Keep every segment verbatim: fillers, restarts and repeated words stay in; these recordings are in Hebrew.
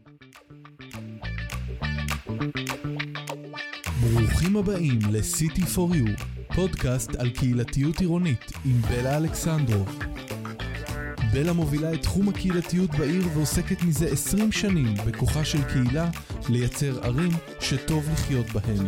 ברוכים הבאים ל-City for You, פודקאסט על קהילתיות עירונית עם בלה אלכסנדרוב. בלה מובילה את תחום הקהילתיות בעיר ועוסקת מזה עשרים שנים בכוחה של קהילה לייצר ערים שטוב לחיות בהן.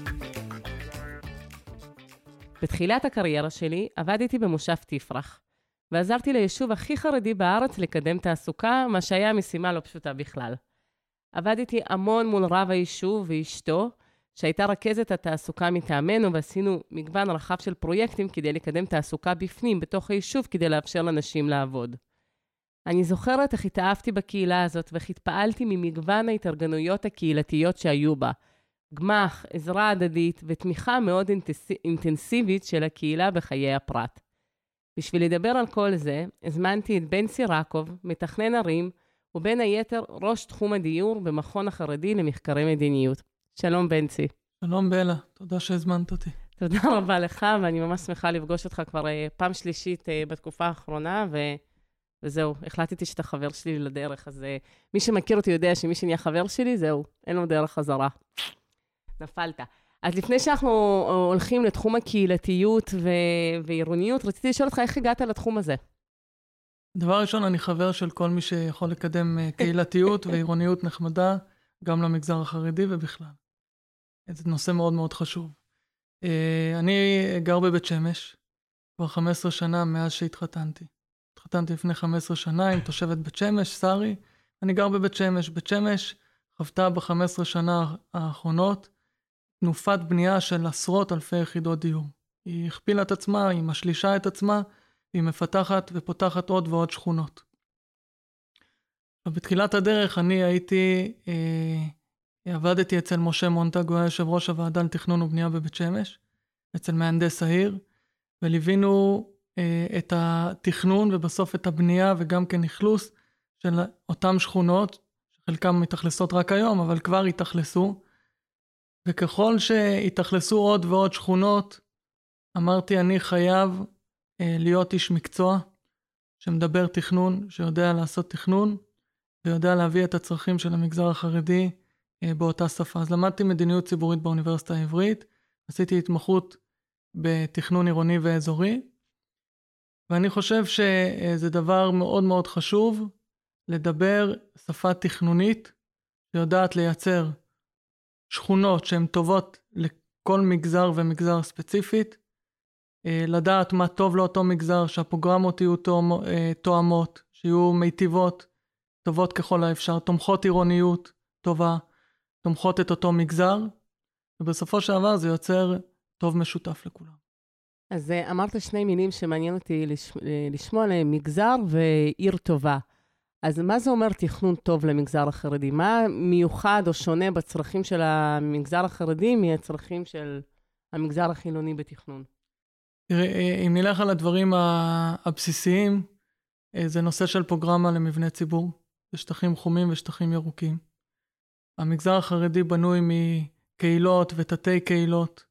בתחילת הקריירה שלי עבדתי במושב תפרח, ועזרתי ליישוב הכי חרדי בארץ לקדם תעסוקה, מה שהיה משימה לא פשוטה בכלל. עבדתי המון מול רב היישוב ואשתו, שהייתה רכזת התעסוקה מטעמנו, ועשינו מגוון רחב של פרויקטים כדי לקדם תעסוקה בפנים, בתוך היישוב, כדי לאפשר לאנשים לעבוד. אני זוכרת איך התאהבתי בקהילה הזאת, ואיך התפעלתי ממגוון ההתארגנויות הקהילתיות שהיו בה. גמח, עזרה הדדית ותמיכה מאוד אינטנסיבית של הקהילה בחיי הפרט. בשביל לדבר על כל זה, הזמנתי את בנצי רקוב, מתכנן ערים, ובין היתר ראש תחום הדיור במכון החרדי למחקרי מדיניות. שלום בנצי. שלום בלה, תודה שהזמנת אותי. תודה רבה לך, ואני ממש שמחה לפגוש אותך כבר פעם שלישית בתקופה האחרונה, ו... וזהו, החלטתי שאתה חבר שלי לדרך, אז מי שמכיר אותי יודע שמי שנהיה חבר שלי, זהו, אין לו דרך חזרה. נפלת. אז לפני שאנחנו הולכים לתחום הקהילתיות ו- ועירוניות, רציתי לשאול אותך איך הגעת לתחום הזה. דבר ראשון, אני חבר של כל מי שיכול לקדם קהילתיות ועירוניות נחמדה, גם למגזר החרדי ובכלל. זה נושא מאוד מאוד חשוב. אני גר בבית שמש, כבר חמש עשרה שנה מאז שהתחתנתי. התחתנתי לפני חמש עשרה שנה עם תושבת בית שמש, שרי. אני גר בבית שמש. בית שמש חוותה ב-חמש עשרה שנה האחרונות, תנופת בנייה של עשרות אלפי יחידות דיור. היא הכפילה את עצמה, היא משלישה את עצמה, היא מפתחת ופותחת עוד ועוד שכונות. בתחילת הדרך אני הייתי, אה, עבדתי אצל משה מונטג, הוא היה יושב ראש הוועדה לתכנון ובנייה בבית שמש, אצל מהנדס העיר, וליווינו אה, את התכנון ובסוף את הבנייה וגם כן נכלוס של אותם שכונות, שחלקם מתאכלסות רק היום, אבל כבר התאכלסו, וככל שהתאכלסו עוד ועוד שכונות, אמרתי אני חייב אה, להיות איש מקצוע, שמדבר תכנון, שיודע לעשות תכנון, ויודע להביא את הצרכים של המגזר החרדי אה, באותה שפה. אז למדתי מדיניות ציבורית באוניברסיטה העברית, עשיתי התמחות בתכנון עירוני ואזורי, ואני חושב שזה דבר מאוד מאוד חשוב, לדבר שפה תכנונית, שיודעת לייצר שכונות שהן טובות לכל מגזר ומגזר ספציפית, לדעת מה טוב לאותו מגזר, שהפרוגרמות יהיו תואמות, שיהיו מיטיבות, טובות ככל האפשר, תומכות עירוניות טובה, תומכות את אותו מגזר, ובסופו של דבר זה יוצר טוב משותף לכולם. אז אמרת שני מילים שמעניין אותי לשמוע עליהם, מגזר ועיר טובה. אז מה זה אומר תכנון טוב למגזר החרדי? מה מיוחד או שונה בצרכים של המגזר החרדי מהצרכים של המגזר החילוני בתכנון? תראה, אם נלך על הדברים הבסיסיים, זה נושא של פרוגרמה למבנה ציבור, בשטחים חומים ושטחים ירוקים. המגזר החרדי בנוי מקהילות ותתי קהילות.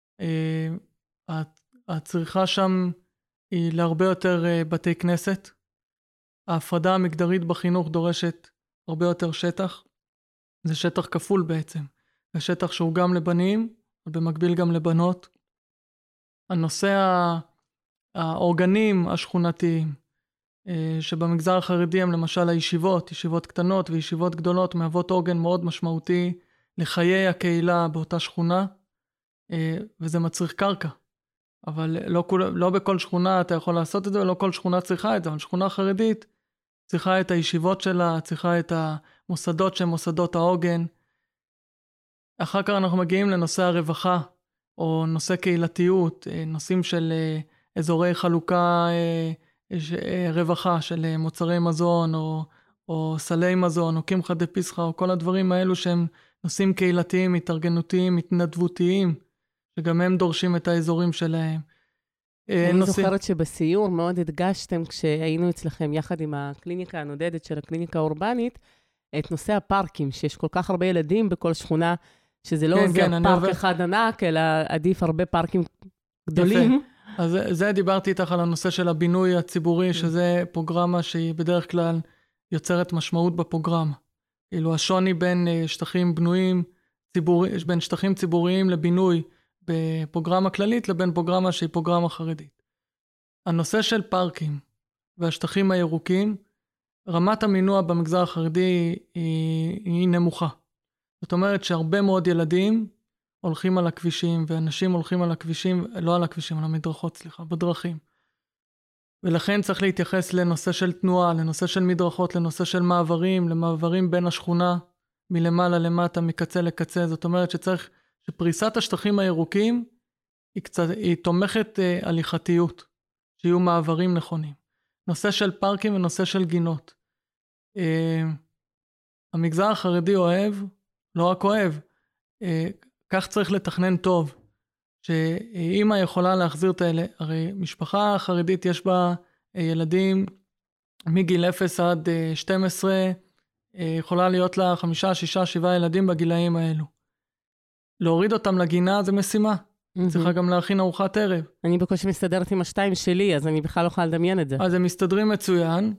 הצריכה שם היא להרבה יותר בתי כנסת. ההפרדה המגדרית בחינוך דורשת הרבה יותר שטח. זה שטח כפול בעצם. זה שטח שהוא גם לבנים, ובמקביל גם לבנות. הנושא האורגנים השכונתיים, שבמגזר החרדי הם למשל הישיבות, ישיבות קטנות וישיבות גדולות, מהוות אורגן מאוד משמעותי לחיי הקהילה באותה שכונה, וזה מצריך קרקע. אבל לא, לא בכל שכונה אתה יכול לעשות את זה, ולא כל שכונה צריכה את זה, אבל שכונה חרדית צריכה את הישיבות שלה, צריכה את המוסדות שהן מוסדות העוגן. אחר כך אנחנו מגיעים לנושא הרווחה, או נושא קהילתיות, נושאים של אזורי חלוקה, רווחה של מוצרי מזון, או, או סלי מזון, או קמחא דפסחא, או כל הדברים האלו שהם נושאים קהילתיים, התארגנותיים, התנדבותיים, שגם הם דורשים את האזורים שלהם. אני נושא... זוכרת שבסיור מאוד הדגשתם, כשהיינו אצלכם יחד עם הקליניקה הנודדת של הקליניקה האורבנית, את נושא הפארקים, שיש כל כך הרבה ילדים בכל שכונה, שזה לא עוזר כן, פארק עובד... אחד ענק, אלא עדיף הרבה פארקים גדולים. יפה. אז זה דיברתי איתך על הנושא של הבינוי הציבורי, שזה פרוגרמה שהיא בדרך כלל יוצרת משמעות בפרוגרמה. כאילו השוני בין שטחים בנויים, ציבורי, בין שטחים ציבוריים לבינוי בפרוגרמה כללית לבין פרוגרמה שהיא פרוגרמה חרדית. הנושא של פארקים והשטחים הירוקים, רמת המינוע במגזר החרדי היא, היא נמוכה. זאת אומרת שהרבה מאוד ילדים הולכים על הכבישים, ואנשים הולכים על הכבישים, לא על הכבישים, על המדרכות, סליחה, בדרכים. ולכן צריך להתייחס לנושא של תנועה, לנושא של מדרכות, לנושא של מעברים, למעברים בין השכונה, מלמעלה למטה, מקצה לקצה. זאת אומרת שצריך, שפריסת השטחים הירוקים, היא, קצת, היא תומכת אה, הליכתיות, שיהיו מעברים נכונים. נושא של פארקים ונושא של גינות. אה, המגזר החרדי אוהב, לא רק אוהב, אה, כך צריך לתכנן טוב, שאמא יכולה להחזיר את האלה, הרי משפחה חרדית יש בה ילדים מגיל אפס עד שתים עשרה, יכולה להיות לה חמישה, שישה, שבעה ילדים בגילאים האלו. להוריד אותם לגינה זה משימה, mm-hmm. צריכה גם להכין ארוחת ערב. אני בקושי מסתדרת עם השתיים שלי, אז אני בכלל לא יכולה לדמיין את זה. אז הם מסתדרים מצוין,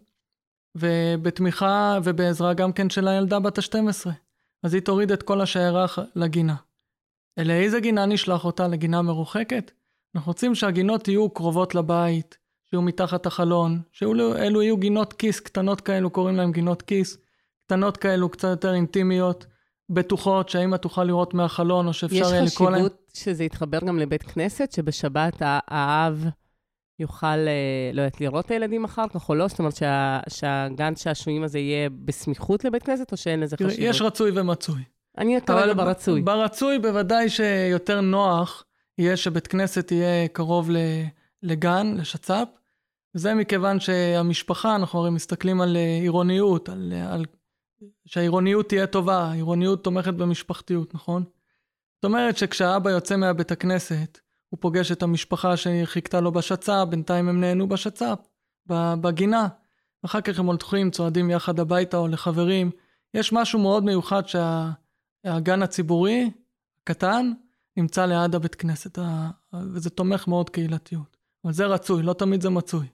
ובתמיכה ובעזרה גם כן של הילדה בת ה-שתים עשרה. אז היא תוריד את כל השיירה לגינה. אלא איזה גינה נשלח אותה? לגינה מרוחקת? אנחנו רוצים שהגינות יהיו קרובות לבית, שיהיו מתחת החלון, שאלו יהיו גינות כיס קטנות כאלו, קוראים להם גינות כיס, קטנות כאלו קצת יותר אינטימיות, בטוחות, שהאמא תוכל לראות מהחלון, או שאפשר יהיה לקרוא להם. יש חשיבות שזה יתחבר גם לבית כנסת, שבשבת האב יוכל לא יודעת, לראות את הילדים אחר כך או לא? זאת אומרת שה, שהגן שעשועים הזה יהיה בסמיכות לבית כנסת, או שאין לזה חשיבות? יש רצוי ומצוי. אני כרגע ברצוי. ברצוי בוודאי שיותר נוח יהיה שבית כנסת יהיה קרוב לגן, לשצ"פ, וזה מכיוון שהמשפחה, אנחנו הרי מסתכלים על עירוניות, על, על, שהעירוניות תהיה טובה, העירוניות תומכת במשפחתיות, נכון? זאת אומרת שכשהאבא יוצא מהבית הכנסת, הוא פוגש את המשפחה שחיכתה לו בשצ"פ, בינתיים הם נהנו בשצ"פ, בגינה, ואחר כך הם הולכים, צועדים יחד הביתה או לחברים. יש משהו מאוד מיוחד שהגן הציבורי, הקטן, נמצא ליד הבית כנסת, וזה תומך מאוד קהילתיות. אבל זה רצוי, לא תמיד זה מצוי.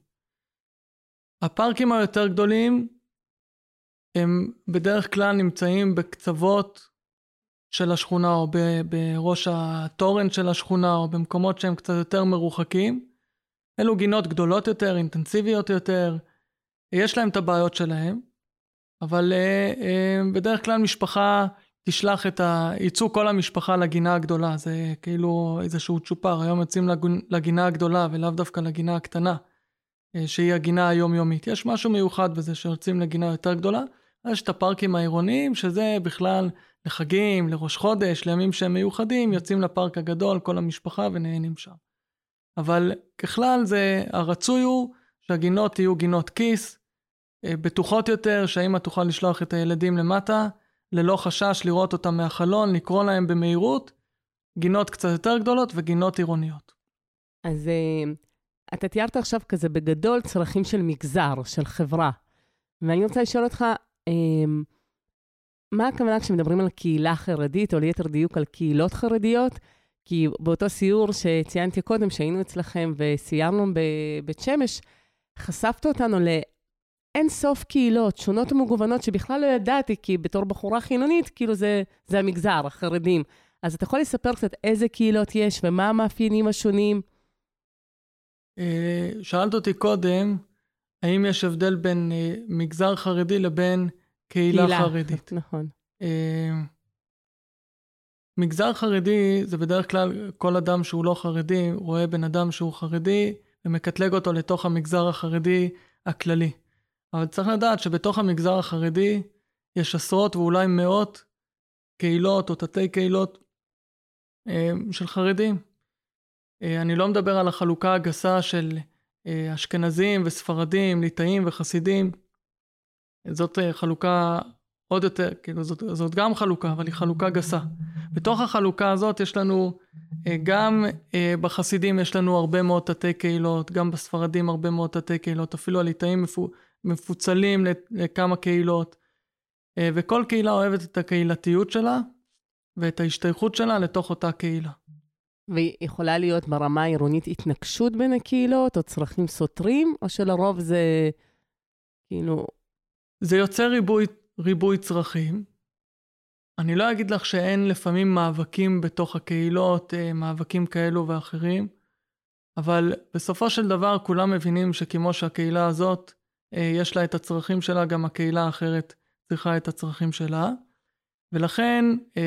הפארקים היותר גדולים, הם בדרך כלל נמצאים בקצוות של השכונה, או בראש התורן של השכונה, או במקומות שהם קצת יותר מרוחקים. אלו גינות גדולות יותר, אינטנסיביות יותר, יש להם את הבעיות שלהם, אבל בדרך כלל משפחה תשלח את ה... יצאו כל המשפחה לגינה הגדולה, זה כאילו איזשהו צ'ופר, היום יוצאים לגינה הגדולה ולאו דווקא לגינה הקטנה, שהיא הגינה היומיומית. יש משהו מיוחד בזה שיוצאים לגינה יותר גדולה, יש את הפארקים העירוניים, שזה בכלל לחגים, לראש חודש, לימים שהם מיוחדים, יוצאים לפארק הגדול, כל המשפחה ונהנים שם. אבל ככלל זה, הרצוי הוא שהגינות יהיו גינות כיס, בטוחות יותר, שהאמא תוכל לשלוח את הילדים למטה, ללא חשש לראות אותם מהחלון, לקרוא להם במהירות, גינות קצת יותר גדולות וגינות עירוניות. אז אתה תיארת עכשיו כזה בגדול צרכים של מגזר, של חברה, ואני רוצה לשאול אותך, מה הכוונה כשמדברים על קהילה חרדית, או ליתר דיוק על קהילות חרדיות? כי באותו סיור שציינתי קודם, שהיינו אצלכם וסיירנו בבית שמש, חשפת אותנו לאין סוף קהילות, שונות ומגוונות, שבכלל לא ידעתי, כי בתור בחורה חילונית, כאילו זה, זה המגזר, החרדים. אז אתה יכול לספר קצת איזה קהילות יש, ומה המאפיינים השונים? שאלת אותי קודם, האם יש הבדל בין מגזר חרדי לבין קהילה, קהילה חרדית? נכון. מגזר חרדי זה בדרך כלל כל אדם שהוא לא חרדי, רואה בן אדם שהוא חרדי, ומקטלג אותו לתוך המגזר החרדי הכללי. אבל צריך לדעת שבתוך המגזר החרדי יש עשרות ואולי מאות קהילות או תתי קהילות של חרדים. אני לא מדבר על החלוקה הגסה של אשכנזים וספרדים, ליטאים וחסידים. זאת חלוקה עוד יותר, כאילו זאת, זאת גם חלוקה, אבל היא חלוקה גסה. בתוך החלוקה הזאת יש לנו, גם בחסידים יש לנו הרבה מאוד תתי קהילות, גם בספרדים הרבה מאוד תתי קהילות, אפילו הליטאים מפוצלים לכמה קהילות, וכל קהילה אוהבת את הקהילתיות שלה, ואת ההשתייכות שלה לתוך אותה קהילה. ויכולה להיות ברמה העירונית התנגשות בין הקהילות, או צרכים סותרים, או שלרוב זה כאילו... זה יוצר ריבוי, ריבוי צרכים. אני לא אגיד לך שאין לפעמים מאבקים בתוך הקהילות, מאבקים כאלו ואחרים, אבל בסופו של דבר כולם מבינים שכמו שהקהילה הזאת יש לה את הצרכים שלה, גם הקהילה האחרת צריכה את הצרכים שלה, ולכן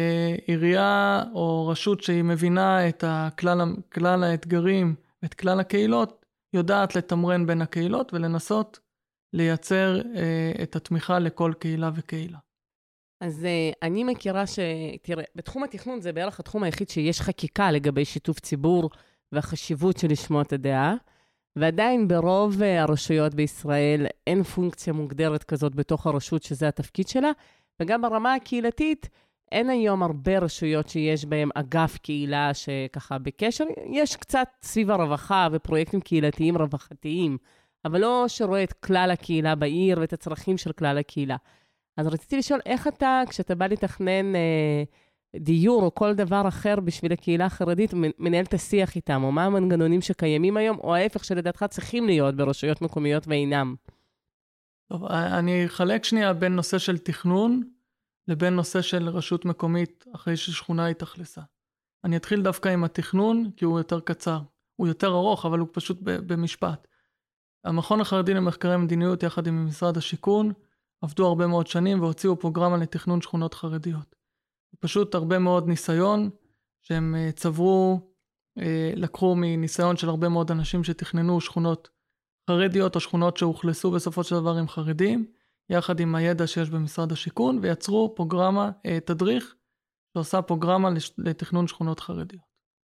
עירייה או רשות שהיא מבינה את הכלל, כלל האתגרים, את כלל הקהילות, יודעת לתמרן בין הקהילות ולנסות לייצר את התמיכה לכל קהילה וקהילה. אז אני מכירה ש... תראה, בתחום התכנון זה בערך התחום היחיד שיש חקיקה לגבי שיתוף ציבור והחשיבות של לשמוע את הדעה, ועדיין ברוב הרשויות בישראל אין פונקציה מוגדרת כזאת בתוך הרשות שזה התפקיד שלה, וגם ברמה הקהילתית אין היום הרבה רשויות שיש בהן אגף קהילה שככה בקשר, יש קצת סביב הרווחה ופרויקטים קהילתיים רווחתיים, אבל לא שרואה את כלל הקהילה בעיר ואת הצרכים של כלל הקהילה. אז רציתי לשאול, איך אתה, כשאתה בא לתכנן אה, דיור או כל דבר אחר בשביל הקהילה החרדית, מנהל את השיח איתם, או מה המנגנונים שקיימים היום, או ההפך שלדעתך צריכים להיות ברשויות מקומיות ואינם? טוב, אני אחלק שנייה בין נושא של תכנון, לבין נושא של רשות מקומית אחרי ששכונה התאכלסה. אני אתחיל דווקא עם התכנון, כי הוא יותר קצר. הוא יותר ארוך, אבל הוא פשוט במשפט. המכון החרדי למחקרי מדיניות, יחד עם משרד השיכון, עבדו הרבה מאוד שנים והוציאו פרוגרמה לתכנון שכונות חרדיות. פשוט הרבה מאוד ניסיון שהם צברו, לקחו מניסיון של הרבה מאוד אנשים שתכננו שכונות חרדיות או שכונות שהוכלסו בסופו של דבר עם חרדים, יחד עם הידע שיש במשרד השיכון, ויצרו פרוגרמה, תדריך שעושה פרוגרמה לתכנון שכונות חרדיות.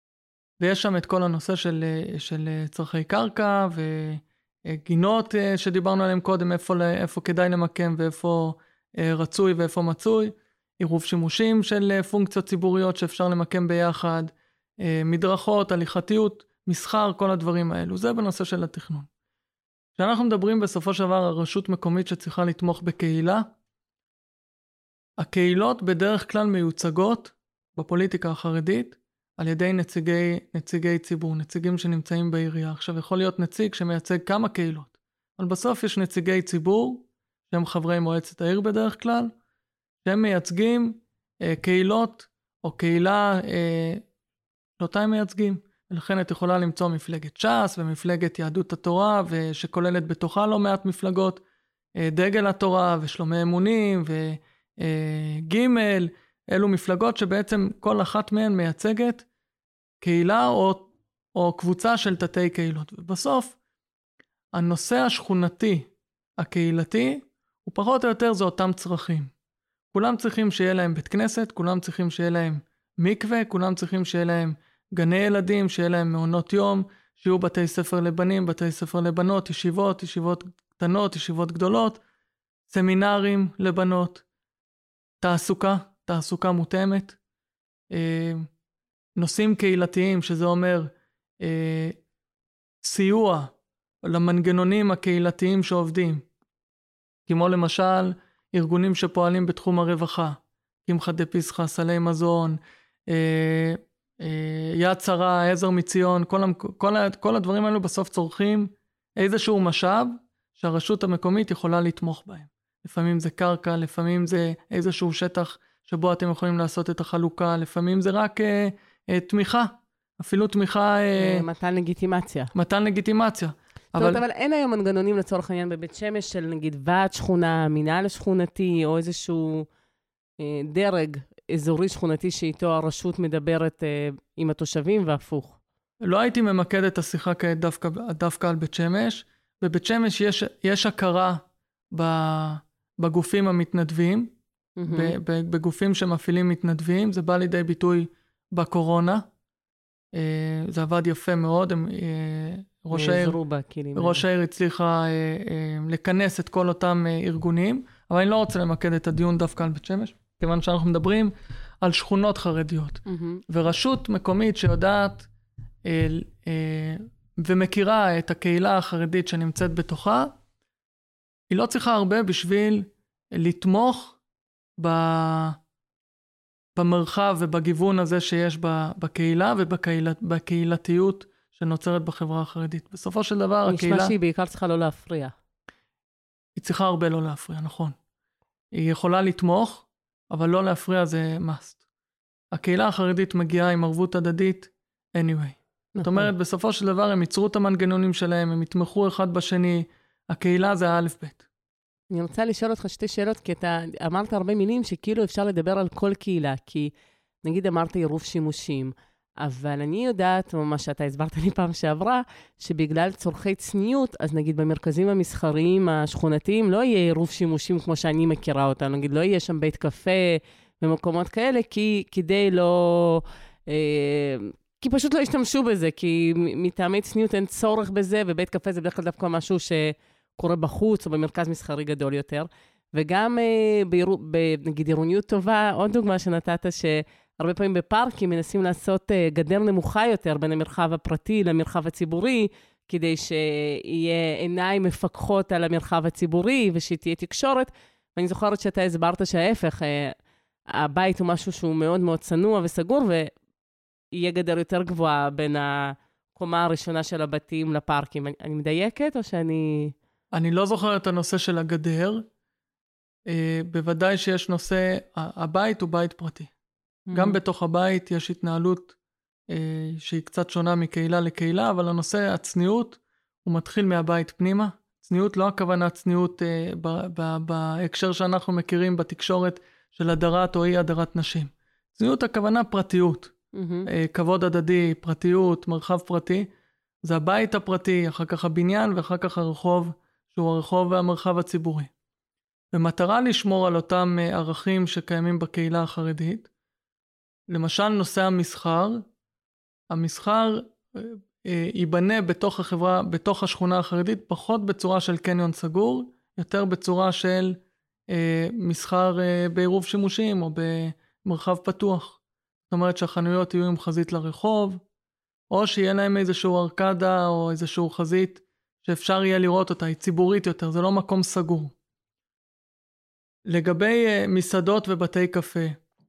ויש שם את כל הנושא של, של צרכי קרקע ו... גינות שדיברנו עליהם קודם, איפה, איפה כדאי למקם ואיפה רצוי ואיפה מצוי, עירוב שימושים של פונקציות ציבוריות שאפשר למקם ביחד, מדרכות, הליכתיות, מסחר, כל הדברים האלו. זה בנושא של התכנון. כשאנחנו מדברים בסופו של דבר על רשות מקומית שצריכה לתמוך בקהילה, הקהילות בדרך כלל מיוצגות בפוליטיקה החרדית, על ידי נציגי, נציגי ציבור, נציגים שנמצאים בעירייה. עכשיו יכול להיות נציג שמייצג כמה קהילות, אבל בסוף יש נציגי ציבור, שהם חברי מועצת העיר בדרך כלל, שהם מייצגים אה, קהילות או קהילה אה, שאותה הם מייצגים. ולכן את יכולה למצוא מפלגת ש"ס ומפלגת יהדות התורה, ושכוללת בתוכה לא מעט מפלגות, אה, דגל התורה ושלומי אמונים וגימל, אלו מפלגות שבעצם כל אחת מהן מייצגת קהילה או, או קבוצה של תתי קהילות. ובסוף, הנושא השכונתי, הקהילתי, הוא פחות או יותר זה אותם צרכים. כולם צריכים שיהיה להם בית כנסת, כולם צריכים שיהיה להם מקווה, כולם צריכים שיהיה להם גני ילדים, שיהיה להם מעונות יום, שיהיו בתי ספר לבנים, בתי ספר לבנות, ישיבות, ישיבות קטנות, ישיבות גדולות, סמינרים לבנות, תעסוקה, תעסוקה מותאמת, נושאים קהילתיים, שזה אומר סיוע למנגנונים הקהילתיים שעובדים, כמו למשל ארגונים שפועלים בתחום הרווחה, קמחא דפסחא, סלי מזון, יד שרה, עזר מציון, כל, כל, כל הדברים האלו בסוף צורכים איזשהו משאב שהרשות המקומית יכולה לתמוך בהם. לפעמים זה קרקע, לפעמים זה איזשהו שטח שבו אתם יכולים לעשות את החלוקה, לפעמים זה רק אה, אה, תמיכה, אפילו תמיכה... אה, מתן לגיטימציה. מתן לגיטימציה. זאת אומרת, אבל... אבל אין היום מנגנונים לצורך העניין בבית שמש של נגיד ועד שכונה, מנהל שכונתי, או איזשהו אה, דרג אזורי שכונתי שאיתו הרשות מדברת אה, עם התושבים והפוך. לא הייתי ממקד את השיחה כעת דווקא, דווקא על בית שמש. בבית שמש יש, יש הכרה בגופים המתנדבים, בגופים שמפעילים מתנדבים, זה בא לידי ביטוי בקורונה, זה עבד יפה מאוד, ראש העיר, ראש העיר הצליחה לכנס את כל אותם ארגונים, אבל אני לא רוצה למקד את הדיון דווקא על בית שמש, כיוון שאנחנו מדברים על שכונות חרדיות, ורשות מקומית שיודעת ומכירה את הקהילה החרדית שנמצאת בתוכה, היא לא צריכה הרבה בשביל לתמוך במרחב ובגיוון הזה שיש בקהילה ובקהילתיות שנוצרת בחברה החרדית. בסופו של דבר הקהילה... נשמע שהיא בעיקר צריכה לא להפריע. היא צריכה הרבה לא להפריע, נכון. היא יכולה לתמוך, אבל לא להפריע זה must. הקהילה החרדית מגיעה עם ערבות הדדית anyway. זאת אומרת, בסופו של דבר הם ייצרו את המנגנונים שלהם, הם יתמכו אחד בשני, הקהילה זה האלף בית. אני רוצה לשאול אותך שתי שאלות, כי אתה אמרת הרבה מילים שכאילו אפשר לדבר על כל קהילה, כי נגיד אמרת עירוב שימושים, אבל אני יודעת, או מה שאתה הסברת לי פעם שעברה, שבגלל צורכי צניעות, אז נגיד במרכזים המסחריים השכונתיים, לא יהיה עירוב שימושים כמו שאני מכירה אותה, נגיד לא יהיה שם בית קפה במקומות כאלה, כי כדי לא... אה, כי פשוט לא ישתמשו בזה, כי מטעמי צניעות אין צורך בזה, ובית קפה זה בדרך כלל דווקא משהו שקורה בחוץ, או במרכז מסחרי גדול יותר. וגם אה, בעירו, נגיד עירוניות טובה, עוד דוגמה שנתת, שהרבה פעמים בפארקים מנסים לעשות אה, גדר נמוכה יותר בין המרחב הפרטי למרחב הציבורי, כדי שיהיה עיניים מפקחות על המרחב הציבורי, ושתהיה תקשורת. ואני זוכרת שאתה הסברת שההפך, אה, הבית הוא משהו שהוא מאוד מאוד צנוע וסגור, ויהיה גדר יותר גבוהה בין הקומה הראשונה של הבתים לפארקים. אני, אני מדייקת או שאני... אני לא זוכר את הנושא של הגדר. Uh, בוודאי שיש נושא, הבית הוא בית פרטי. Mm-hmm. גם בתוך הבית יש התנהלות uh, שהיא קצת שונה מקהילה לקהילה, אבל הנושא הצניעות הוא מתחיל מהבית פנימה. צניעות לא הכוונה צניעות uh, ב- ב- בהקשר שאנחנו מכירים בתקשורת של הדרת או אי הדרת נשים. צניעות הכוונה פרטיות. Mm-hmm. Uh, כבוד הדדי, פרטיות, מרחב פרטי. זה הבית הפרטי, אחר כך הבניין ואחר כך הרחוב, שהוא הרחוב והמרחב הציבורי. במטרה לשמור על אותם ערכים שקיימים בקהילה החרדית, למשל נושא המסחר, המסחר ייבנה בתוך החברה, בתוך השכונה החרדית, פחות בצורה של קניון סגור, יותר בצורה של מסחר בעירוב שימושים או במרחב פתוח. זאת אומרת שהחנויות יהיו עם חזית לרחוב, או שיהיה להם איזשהו ארקדה או איזשהו חזית שאפשר יהיה לראות אותה, היא ציבורית יותר, זה לא מקום סגור. לגבי uh, מסעדות ובתי קפה,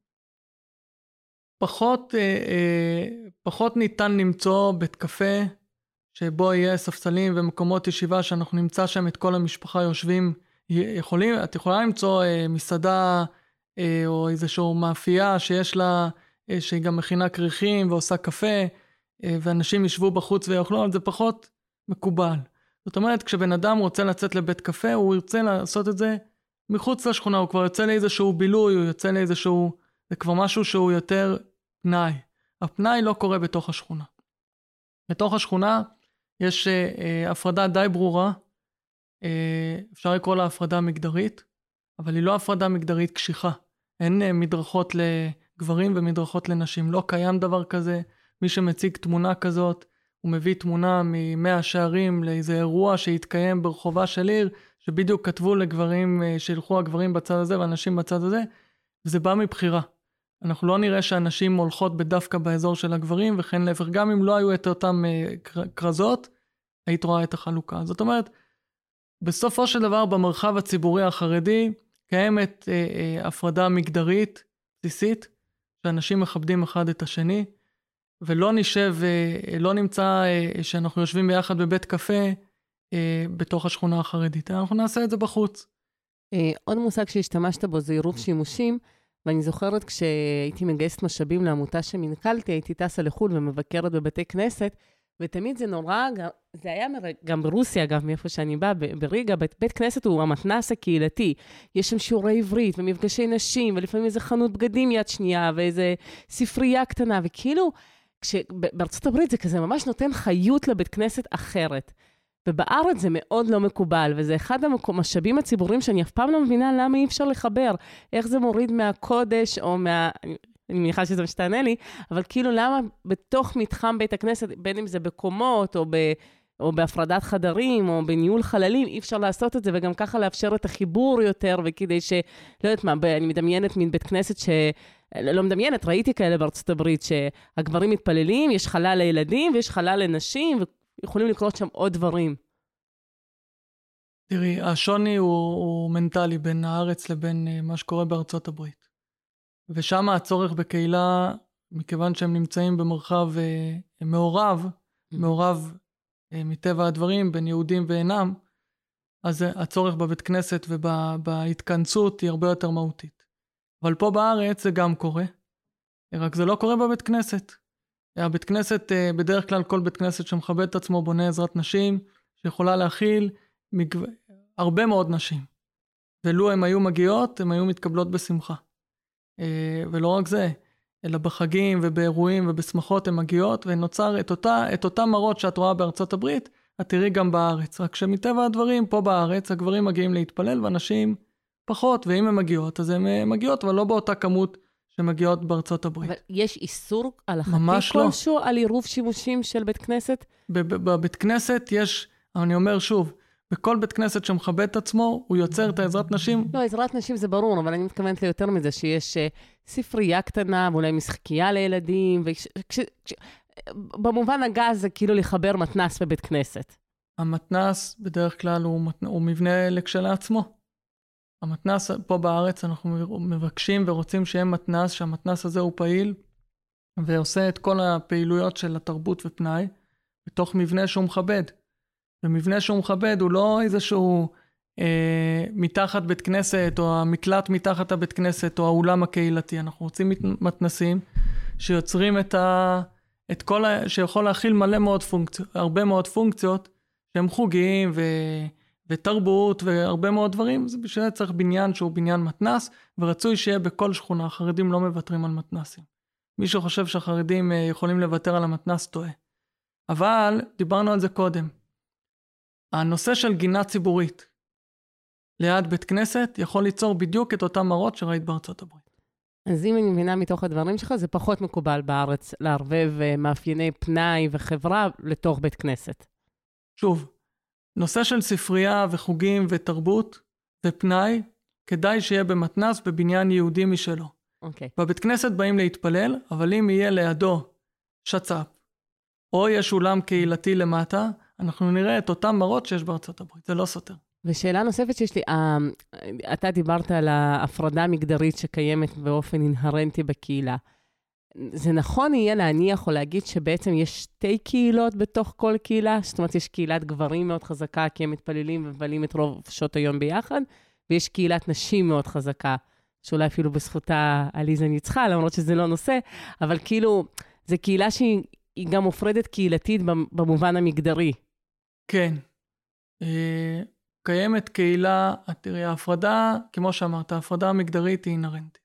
פחות, uh, uh, פחות ניתן למצוא בית קפה שבו יהיה ספסלים ומקומות ישיבה שאנחנו נמצא שם את כל המשפחה יושבים, יכולים, את יכולה למצוא uh, מסעדה uh, או איזשהו מאפייה שיש לה, uh, שהיא גם מכינה כריכים ועושה קפה, uh, ואנשים ישבו בחוץ ויאכלו, אבל זה פחות מקובל. זאת אומרת, כשבן אדם רוצה לצאת לבית קפה, הוא ירצה לעשות את זה מחוץ לשכונה, הוא כבר יוצא לאיזשהו בילוי, הוא יוצא לאיזשהו, זה כבר משהו שהוא יותר פנאי. הפנאי לא קורה בתוך השכונה. בתוך השכונה יש אה, הפרדה די ברורה, אה, אפשר לקרוא לה הפרדה מגדרית, אבל היא לא הפרדה מגדרית קשיחה. אין אה, מדרכות לגברים ומדרכות לנשים, לא קיים דבר כזה. מי שמציג תמונה כזאת, הוא מביא תמונה ממאה שערים לאיזה אירוע שהתקיים ברחובה של עיר, שבדיוק כתבו לגברים, שילכו הגברים בצד הזה ואנשים בצד הזה, וזה בא מבחירה. אנחנו לא נראה שאנשים הולכות בדווקא באזור של הגברים, וכן להפך, גם אם לא היו את אותם קרזות, היית רואה את החלוקה. זאת אומרת, בסופו של דבר במרחב הציבורי החרדי, קיימת אה, אה, הפרדה מגדרית, בסיסית, שאנשים מכבדים אחד את השני, ולא נשב, אה, לא נמצא אה, שאנחנו יושבים ביחד בבית קפה, בתוך השכונה החרדית. אנחנו נעשה את זה בחוץ. עוד מושג שהשתמשת בו זה עירוב שימושים, ואני זוכרת כשהייתי מגייסת משאבים לעמותה שמנכלתי, הייתי טסה לחו"ל ומבקרת בבתי כנסת, ותמיד זה נורא, זה היה גם ברוסיה, אגב, מאיפה שאני באה, בריגה, בית, בית כנסת הוא המתנ"ס הקהילתי. יש שם שיעורי עברית ומפגשי נשים, ולפעמים איזה חנות בגדים יד שנייה, ואיזה ספרייה קטנה, וכאילו, בארצות הברית זה כזה ממש נותן חיות לבית כנסת אחרת. ובארץ זה מאוד לא מקובל, וזה אחד המשאבים הציבוריים שאני אף פעם לא מבינה למה אי אפשר לחבר, איך זה מוריד מהקודש, או מה... אני מניחה שזה משתנה לי, אבל כאילו למה בתוך מתחם בית הכנסת, בין אם זה בקומות, או, ב, או בהפרדת חדרים, או בניהול חללים, אי אפשר לעשות את זה, וגם ככה לאפשר את החיבור יותר, וכדי ש... לא יודעת מה, אני מדמיינת מן בית כנסת ש... לא מדמיינת, ראיתי כאלה בארצות הברית, שהגברים מתפללים, יש חלל לילדים, ויש חלל לנשים, ויכולים לקרות שם עוד דברים. תראי, השוני הוא, הוא מנטלי בין הארץ לבין מה שקורה בארצות הברית. ושם הצורך בקהילה, מכיוון שהם נמצאים במרחב אה, מעורב, mm-hmm. מעורב אה, מטבע הדברים, בין יהודים ואינם, אז הצורך בבית כנסת ובהתכנסות היא הרבה יותר מהותית. אבל פה בארץ זה גם קורה, רק זה לא קורה בבית כנסת. הבית כנסת, בדרך כלל כל בית כנסת שמכבד את עצמו בונה עזרת נשים, שיכולה להכיל מגו... הרבה מאוד נשים. ולו הן היו מגיעות, הן היו מתקבלות בשמחה. ולא רק זה, אלא בחגים ובאירועים ובשמחות הן מגיעות, ונוצר את אותה, את אותה מראות שאת רואה בארצות הברית, את תראי גם בארץ. רק שמטבע הדברים, פה בארץ, הגברים מגיעים להתפלל, ואנשים פחות, ואם הן מגיעות, אז הן מגיעות, אבל לא באותה כמות שמגיעות בארצות הברית. אבל יש איסור הלכתי כלשהו לא. על עירוב שימושים של בית כנסת? בבית כנסת יש, אני אומר שוב, בכל בית כנסת שמכבד את עצמו, הוא יוצר את העזרת נשים. לא, עזרת נשים זה ברור, אבל אני מתכוונת ליותר מזה, שיש ספרייה קטנה, ואולי משחקייה לילדים, וכש, כש, כש, במובן הגז זה כאילו לחבר מתנס בבית כנסת. המתנס בדרך כלל הוא, הוא מבנה לכשלעצמו. המתנס פה בארץ אנחנו מבקשים ורוצים שיהיה מתנס, שהמתנס הזה הוא פעיל, ועושה את כל הפעילויות של התרבות ופנאי, בתוך מבנה שהוא מכבד. ומבנה שהוא מכבד הוא לא איזשהו אה, מתחת בית כנסת, או המקלט מתחת הבית כנסת, או האולם הקהילתי. אנחנו רוצים מתנסים שיוצרים את, ה, את כל ה... שיכול להכיל מלא מאוד פונקציות, הרבה מאוד פונקציות, שהם חוגיים ו... ותרבות והרבה מאוד דברים. זה בשביל צריך בניין שהוא בניין מתנס, ורצוי שיהיה בכל שכונה. החרדים לא מוותרים על מתנסים. מי שחושב שהחרדים יכולים לוותר על המתנס טועה. אבל דיברנו על זה קודם. הנושא של גינה ציבורית ליד בית כנסת יכול ליצור בדיוק את אותם מראות שראית בארצות הברית. אז אם אני מבינה מתוך הדברים שלך, זה פחות מקובל בארץ לערבב מאפייני פנאי וחברה לתוך בית כנסת. שוב, נושא של ספרייה וחוגים ותרבות ופנאי, כדאי שיהיה במתנס בבניין יהודי משלו. אוקיי. בבית כנסת באים להתפלל, אבל אם יהיה לידו שצ"פ, או יש אולם קהילתי למטה, אנחנו נראה את אותם מראות שיש בארצות הברית. זה לא סותר. ושאלה נוספת שיש לי, אתה דיברת על ההפרדה המגדרית שקיימת באופן אינהרנטי בקהילה. זה נכון יהיה להניח או להגיד שבעצם יש שתי קהילות בתוך כל קהילה? זאת אומרת, יש קהילת גברים מאוד חזקה, כי הם מתפללים ומבלים את רוב שעות היום ביחד, ויש קהילת נשים מאוד חזקה, שאולי אפילו בזכותה עליזה ניצחה, למרות שזה לא נושא, אבל כאילו, זו קהילה שהיא גם מופרדת קהילתית במובן המגדרי. כן. קיימת קהילה, תראי, ההפרדה, כמו שאמרת, ההפרדה המגדרית היא אינהרנטית.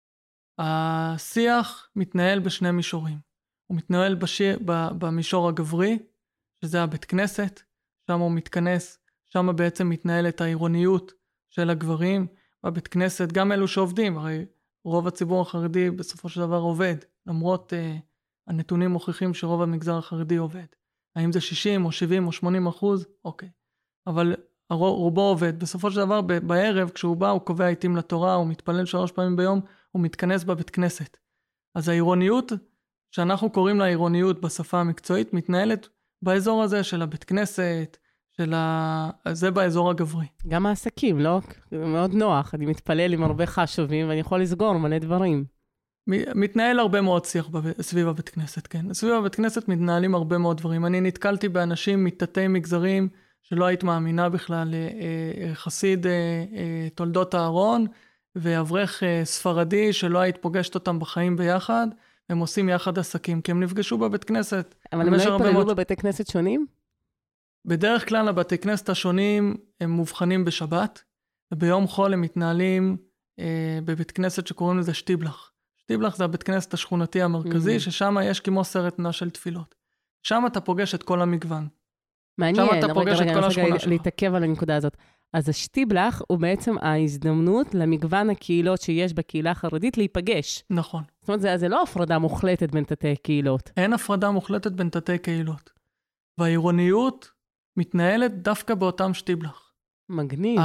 השיח מתנהל בשני מישורים. הוא מתנהל בשיר, במישור הגברי, שזה הבית כנסת, שם הוא מתכנס, שם בעצם מתנהלת העירוניות של הגברים, בבית כנסת, גם אלו שעובדים, הרי רוב הציבור החרדי בסופו של דבר עובד, למרות uh, הנתונים מוכיחים שרוב המגזר החרדי עובד. האם זה שישים או שבעים או שמונים אחוז? אוקיי. אבל רובו עובד. בסופו של דבר, בערב, כשהוא בא, הוא קובע עיתים לתורה, הוא מתפלל שלוש פעמים ביום, הוא מתכנס בבית כנסת. אז העירוניות, שאנחנו קוראים לה עירוניות בשפה המקצועית, מתנהלת באזור הזה של הבית כנסת, של ה... זה באזור הגברי. גם העסקים, לא? מאוד נוח. אני מתפלל עם הרבה חשובים, ואני יכול לסגור מלא דברים. מתנהל הרבה מאוד שיח סביב הבית כנסת, כן. סביב הבית כנסת מתנהלים הרבה מאוד דברים. אני נתקלתי באנשים מתתי מגזרים, שלא היית מאמינה בכלל, חסיד תולדות הארון, ואברך ספרדי שלא היית פוגשת אותם בחיים ביחד, הם עושים יחד עסקים, כי הם נפגשו בבית כנסת. אבל הם לא התפללו מאוד... בבתי כנסת שונים? בדרך כלל הבתי כנסת השונים הם מובחנים בשבת, וביום חול הם מתנהלים אה, בבית כנסת שקוראים לזה שטיבלח. שטיבלח זה הבית כנסת השכונתי המרכזי, mm-hmm. ששם יש כמו סרט נע של תפילות. שם אתה פוגש את כל המגוון. מעניין, רגע, רגע, אני רוצה להתעכב על הנקודה הזאת. אז השטיבלח הוא בעצם ההזדמנות למגוון הקהילות שיש בקהילה החרדית להיפגש. נכון. זאת אומרת, זה, זה לא הפרדה מוחלטת בין תתי קהילות. אין הפרדה מוחלטת בין תתי קהילות. והעירוניות מתנהלת דווקא באותם שטיבלח. מגניב.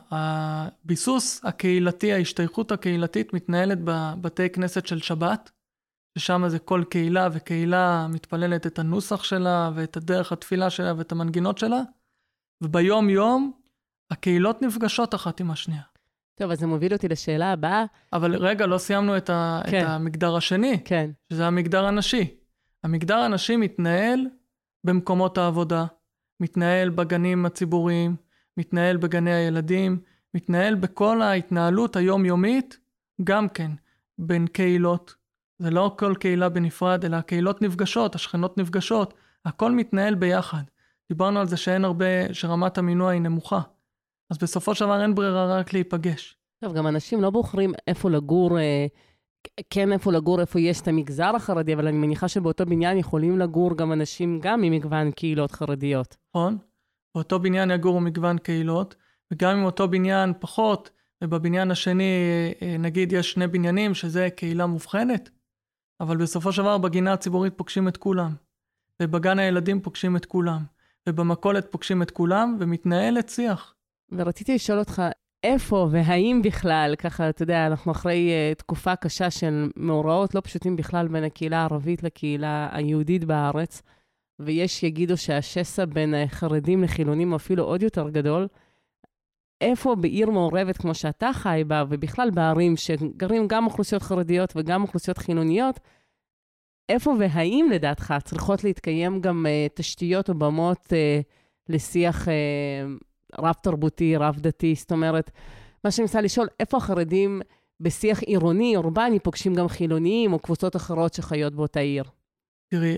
הביסוס הקהילתי, ההשתייכות הקהילתית מתנהלת בבתי כנסת של שבת, ששם זה כל קהילה וקהילה מתפללת את הנוסח שלה ואת הדרך התפילה שלה ואת המנגינות שלה, וביום יום הקהילות נפגשות אחת עם השנייה. טוב, אז זה מוביל אותי לשאלה הבאה. אבל רגע, לא סיימנו את, ה, כן. את המגדר השני, כן. שזה המגדר הנשי. המגדר הנשי מתנהל במקומות העבודה, מתנהל בגנים הציבוריים, מתנהל בגני הילדים, מתנהל בכל ההתנהלות היומיומית, גם כן, בין קהילות. זה לא כל קהילה בנפרד, אלא הקהילות נפגשות, השכנות נפגשות, הכל מתנהל ביחד. דיברנו על זה שאין הרבה, שרמת המינוע היא נמוכה. אז בסופו של דבר אין ברירה רק להיפגש. טוב, גם אנשים לא בוחרים איפה לגור, כן איפה לגור, איפה יש את המגזר החרדי, אבל אני מניחה שבאותו בניין יכולים לגור גם אנשים גם ממגוון קהילות חרדיות. נכון, באותו בניין יגורו מגוון קהילות, וגם אם אותו בניין פחות, ובבניין השני נגיד יש שני בניינים שזה קהילה מובחנת, אבל בסופו של דבר בגינה הציבורית פוגשים את כולם, ובגן הילדים פוגשים את כולם, ובמכולת פוגשים את כולם, ומתנהלת שיח. ורציתי לשאול אותך, איפה והאם בכלל, ככה, אתה יודע, אנחנו אחרי uh, תקופה קשה של מאורעות לא פשוטים בכלל בין הקהילה הערבית לקהילה היהודית בארץ, ויש יגידו שהשסע בין חרדים לחילונים אפילו עוד יותר גדול, איפה בעיר מעורבת כמו שאתה חי בה, ובכלל בערים שגרים גם אוכלוסיות חרדיות וגם אוכלוסיות חילוניות, איפה והאם לדעתך צריכות להתקיים גם uh, תשתיות או במות uh, לשיח uh, רב תרבותי, רב דתי, זאת אומרת, מה שאני מנסה לשאול, איפה החרדים בשיח עירוני, אורבני, פוגשים גם חילוניים או קבוצות אחרות שחיות באותה עיר? תראי,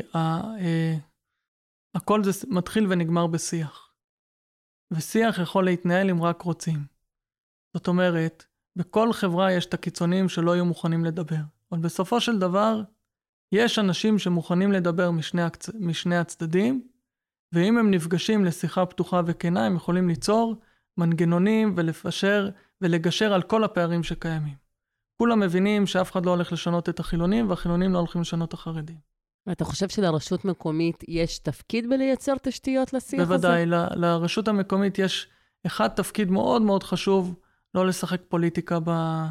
הכל זה מתחיל ונגמר בשיח. ושיח יכול להתנהל אם רק רוצים. זאת אומרת, בכל חברה יש את הקיצונים שלא יהיו מוכנים לדבר. אבל בסופו של דבר, יש אנשים שמוכנים לדבר משני, הצ... משני הצדדים, ואם הם נפגשים לשיחה פתוחה וכנה, הם יכולים ליצור מנגנונים ולפשר ולגשר על כל הפערים שקיימים. כולם מבינים שאף אחד לא הולך לשנות את החילונים, והחילונים לא הולכים לשנות את החרדים. ואתה חושב שלרשות מקומית יש תפקיד בלייצר תשתיות לשיח הזה? בוודאי, ל- לרשות המקומית יש אחד תפקיד מאוד מאוד חשוב, לא לשחק פוליטיקה ב-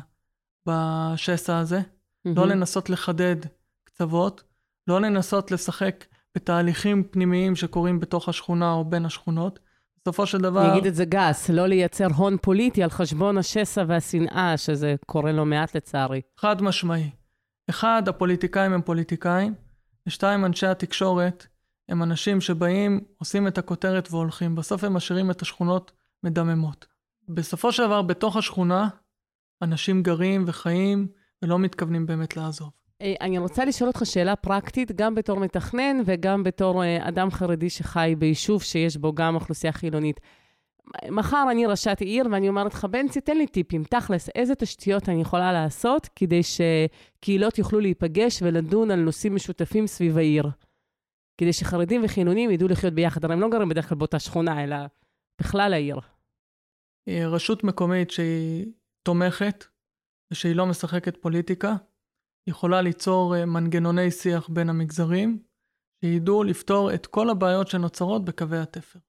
בשסע הזה, mm-hmm. לא לנסות לחדד קצוות, לא לנסות לשחק בתהליכים פנימיים שקורים בתוך השכונה או בין השכונות. בסופו של דבר... אני אגיד את זה גס, לא לייצר הון פוליטי על חשבון השסע והשנאה, שזה קורה לא מעט לצערי. חד משמעי. אחד, הפוליטיקאים הם פוליטיקאים, ושתיים, אנשי התקשורת הם אנשים שבאים, עושים את הכותרת והולכים. בסוף הם משאירים את השכונות מדממות. בסופו של דבר, בתוך השכונה, אנשים גרים וחיים ולא מתכוונים באמת לעזוב. אני רוצה לשאול אותך שאלה פרקטית, גם בתור מתכנן וגם בתור אדם חרדי שחי ביישוב שיש בו גם אוכלוסייה חילונית. מחר אני ראשת עיר ואני אומרת לך, בנצי, תן לי טיפים, תכלס, איזה תשתיות אני יכולה לעשות כדי שקהילות יוכלו להיפגש ולדון על נושאים משותפים סביב העיר. כדי שחרדים וחילונים ידעו לחיות ביחד. הרי הם לא גרים בדרך כלל באותה שכונה, אלא בכלל העיר. רשות מקומית שהיא תומכת ושהיא לא משחקת פוליטיקה, יכולה ליצור מנגנוני שיח בין המגזרים, שידעו לפתור את כל הבעיות שנוצרות בקווי התפר.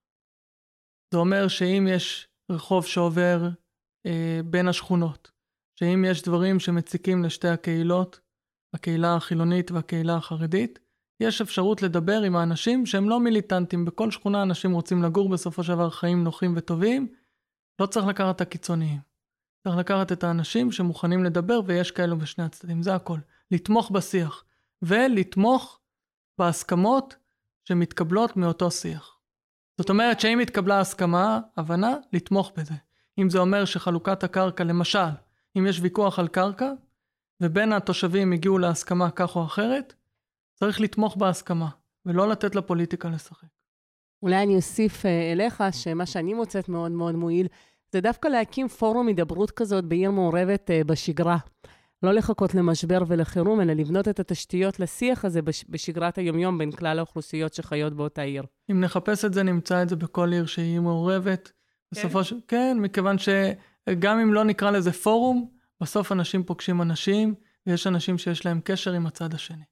זה אומר שאם יש רחוב שעובר אה, בין השכונות, שאם יש דברים שמציקים לשתי הקהילות, הקהילה החילונית והקהילה החרדית, יש אפשרות לדבר עם האנשים שהם לא מיליטנטים. בכל שכונה אנשים רוצים לגור בסופו של דבר חיים נוחים וטובים, לא צריך לקחת את הקיצוניים. צריך לקחת את האנשים שמוכנים לדבר, ויש כאלו בשני הצדדים, זה הכל. לתמוך בשיח, ולתמוך בהסכמות שמתקבלות מאותו שיח. זאת אומרת שאם התקבלה הסכמה, הבנה, לתמוך בזה. אם זה אומר שחלוקת הקרקע, למשל, אם יש ויכוח על קרקע, ובין התושבים הגיעו להסכמה כך או אחרת, צריך לתמוך בהסכמה, ולא לתת לפוליטיקה לשחק. אולי אני אוסיף אליך, שמה שאני מוצאת מאוד מאוד מועיל, זה דווקא להקים פורום הידברות כזאת בעיר מעורבת בשגרה. לא לחכות למשבר ולחירום, אלא לבנות את התשתיות לשיח הזה בשגרת היומיום בין כלל האוכלוסיות שחיות באותה עיר. אם נחפש את זה, נמצא את זה בכל עיר שהיא מעורבת. כן? בסופו ש... כן, מכיוון שגם אם לא נקרא לזה פורום, בסוף אנשים פוגשים אנשים, ויש אנשים שיש להם קשר עם הצד השני.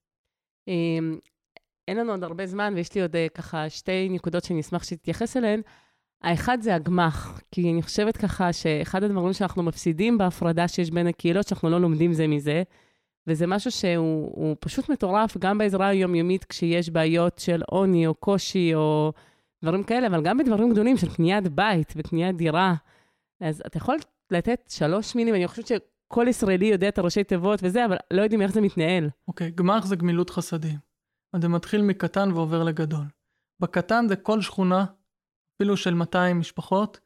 אין לנו עוד הרבה זמן, ויש לי עוד ככה שתי נקודות שאני אשמח שתתייחס אליהן. האחד זה הגמח, כי אני חושבת ככה שאחד הדברים שאנחנו מפסידים בהפרדה שיש בין הקהילות, שאנחנו לא לומדים זה מזה, וזה משהו שהוא פשוט מטורף, גם בעזרה היומיומית כשיש בעיות של עוני או קושי או דברים כאלה, אבל גם בדברים גדולים של קניית בית וקניית דירה. אז אתה יכול לתת שלוש מילים, אני חושבת שכל ישראלי יודע את הראשי תיבות וזה, אבל לא יודעים איך זה מתנהל. אוקיי, גמח זה גמילות חסדים. זה מתחיל מקטן ועובר לגדול. בקטן זה כל שכונה, אפילו של מאתיים משפחות,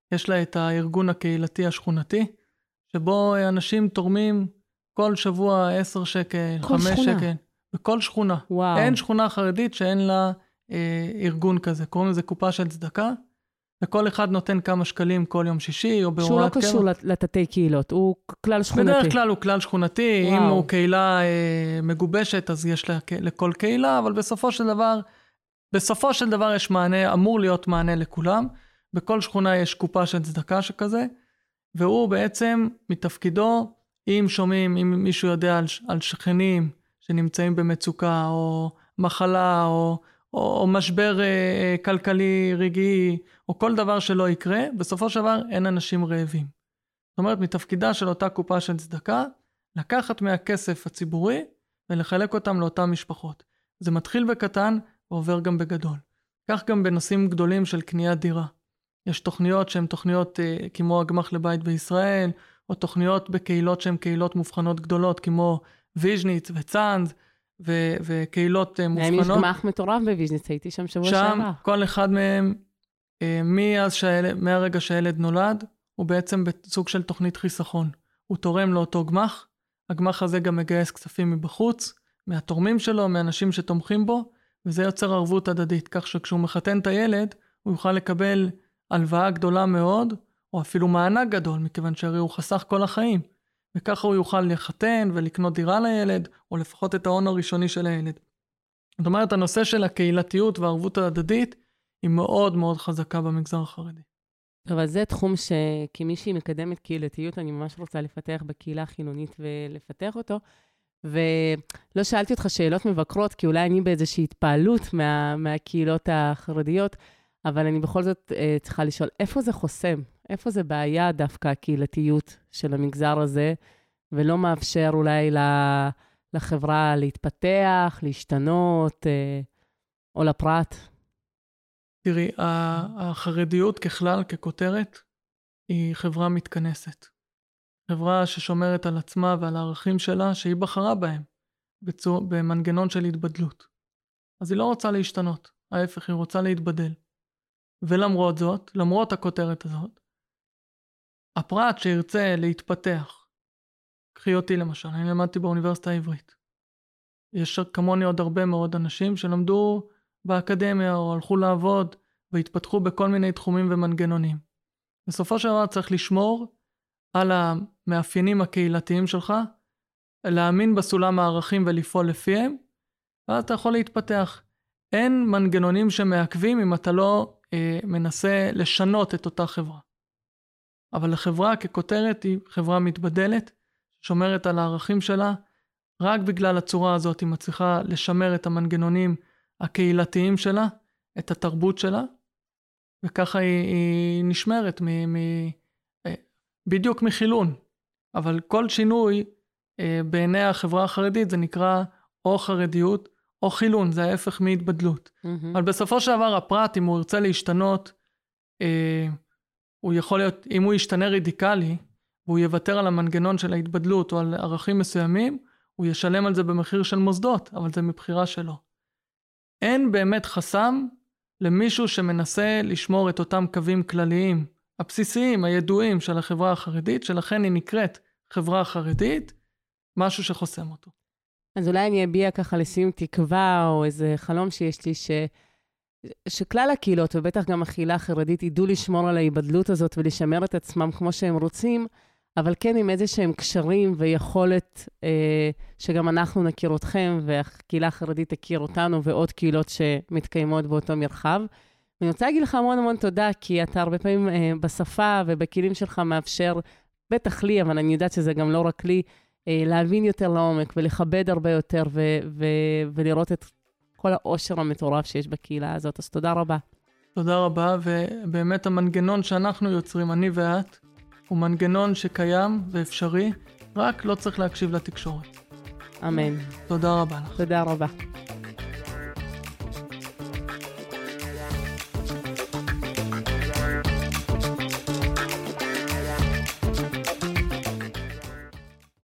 יש לה את הארגון הקהילתי השכונתי, שבו אנשים תורמים כל שבוע עשר שקל, חמש שקל, בכל שכונה. וואו. אין שכונה חרדית שאין לה אה, ארגון כזה, קוראים לזה קופה של צדקה, וכל אחד נותן כמה שקלים כל יום שישי, או בהוראת קבע. שהוא לא קשור לתתי קהילות, הוא כלל שכונתי. בדרך כלל הוא כלל שכונתי, וואו. אם הוא קהילה אה, מגובשת, אז יש לה, לכל קהילה, אבל בסופו של דבר, בסופו של דבר יש מענה, אמור להיות מענה לכולם, בכל שכונה יש קופה של צדקה שכזה, והוא בעצם מתפקידו, אם שומעים, אם מישהו יודע על, על שכנים שנמצאים במצוקה, או מחלה, או, או, או משבר אה, כלכלי רגעי, או כל דבר שלא יקרה, בסופו של דבר אין אנשים רעבים. זאת אומרת, מתפקידה של אותה קופה של צדקה, לקחת מהכסף הציבורי, ולחלק אותם לאותן משפחות. זה מתחיל בקטן, ועובר גם בגדול. כך גם בנושאים גדולים של קניית דירה. יש תוכניות שהן תוכניות אה, כמו הגמח לבית בישראל, או תוכניות בקהילות שהן קהילות מובחנות גדולות, כמו ויז'ניץ וצאנז, ו- וקהילות אה, מובחנות. יש גמח מטורף בוויז'ניץ, הייתי שם שבוע שעבר. שם כל אחד מהם, אה, מאז שהילד, מהרגע שהילד נולד, הוא בעצם בסוג של תוכנית חיסכון. הוא תורם לאותו גמח, הגמח הזה גם מגייס כספים מבחוץ, מהתורמים שלו, מאנשים שתומכים בו, וזה יוצר ערבות הדדית, כך שכשהוא מחתן את הילד, הוא יוכל לקבל הלוואה גדולה מאוד, או אפילו מענק גדול, מכיוון שהרי הוא חסך כל החיים, וככה הוא יוכל לחתן ולקנות דירה לילד, או לפחות את ההון הראשוני של הילד. זאת אומרת, הנושא של הקהילתיות והערבות ההדדית, היא מאוד מאוד חזקה במגזר החרדי. אבל זה תחום שכמישהי מקדמת קהילתיות, אני ממש רוצה לפתח בקהילה החילונית ולפתח אותו, ולא שאלתי אותך שאלות מבקרות, כי אולי אני באיזושהי התפעלות מה, מהקהילות החרדיות, אבל אני בכל זאת uh, צריכה לשאול, איפה זה חוסם? איפה זה בעיה דווקא הקהילתיות של המגזר הזה, ולא מאפשר אולי לחברה להתפתח, להשתנות, uh, או לפרט? תראי, החרדיות ככלל, ככותרת, היא חברה מתכנסת. חברה ששומרת על עצמה ועל הערכים שלה, שהיא בחרה בהם, בצור, במנגנון של התבדלות. אז היא לא רוצה להשתנות, ההפך, היא רוצה להתבדל. ולמרות זאת, למרות הכותרת הזאת, הפרט שירצה להתפתח, קחי אותי למשל, אני למדתי באוניברסיטה העברית. יש כמוני עוד הרבה מאוד אנשים שלמדו באקדמיה או הלכו לעבוד והתפתחו בכל מיני תחומים ומנגנונים. בסופו של דבר צריך לשמור על המאפיינים הקהילתיים שלך, להאמין בסולם הערכים ולפעול לפיהם, ואז אתה יכול להתפתח. אין מנגנונים שמעכבים אם אתה לא אה, מנסה לשנות את אותה חברה. אבל החברה ככותרת היא חברה מתבדלת, שומרת על הערכים שלה, רק בגלל הצורה הזאת היא מצליחה לשמר את המנגנונים הקהילתיים שלה, את התרבות שלה, וככה היא, היא נשמרת מ, מ, בדיוק מחילון. אבל כל שינוי אה, בעיני החברה החרדית זה נקרא או חרדיות או חילון, זה ההפך מהתבדלות. Mm-hmm. אבל בסופו של דבר הפרט, אם הוא ירצה להשתנות, אה, הוא יכול להיות, אם הוא ישתנה רדיקלי, והוא יוותר על המנגנון של ההתבדלות או על ערכים מסוימים, הוא ישלם על זה במחיר של מוסדות, אבל זה מבחירה שלו. אין באמת חסם למישהו שמנסה לשמור את אותם קווים כלליים, הבסיסיים, הידועים של החברה החרדית, שלכן היא נקראת חברה חרדית, משהו שחוסם אותו. אז אולי אני אביע ככה לסיום תקווה, או איזה חלום שיש לי, ש... שכלל הקהילות, ובטח גם הקהילה החרדית, ידעו לשמור על ההיבדלות הזאת, ולשמר את עצמם כמו שהם רוצים, אבל כן עם איזה שהם קשרים ויכולת אה, שגם אנחנו נכיר אתכם, והקהילה החרדית תכיר אותנו, ועוד קהילות שמתקיימות באותו מרחב. ואני רוצה להגיד לך המון המון תודה, כי אתה הרבה פעמים אה, בשפה ובכלים שלך מאפשר, בטח לי, אבל אני יודעת שזה גם לא רק לי, אה, להבין יותר לעומק ולכבד הרבה יותר, ו- ו- ולראות את כל העושר המטורף שיש בקהילה הזאת. אז תודה רבה. תודה רבה, ובאמת המנגנון שאנחנו יוצרים, אני ואת, הוא מנגנון שקיים ואפשרי, רק לא צריך להקשיב לתקשורת. אמן. תודה רבה לך. תודה רבה.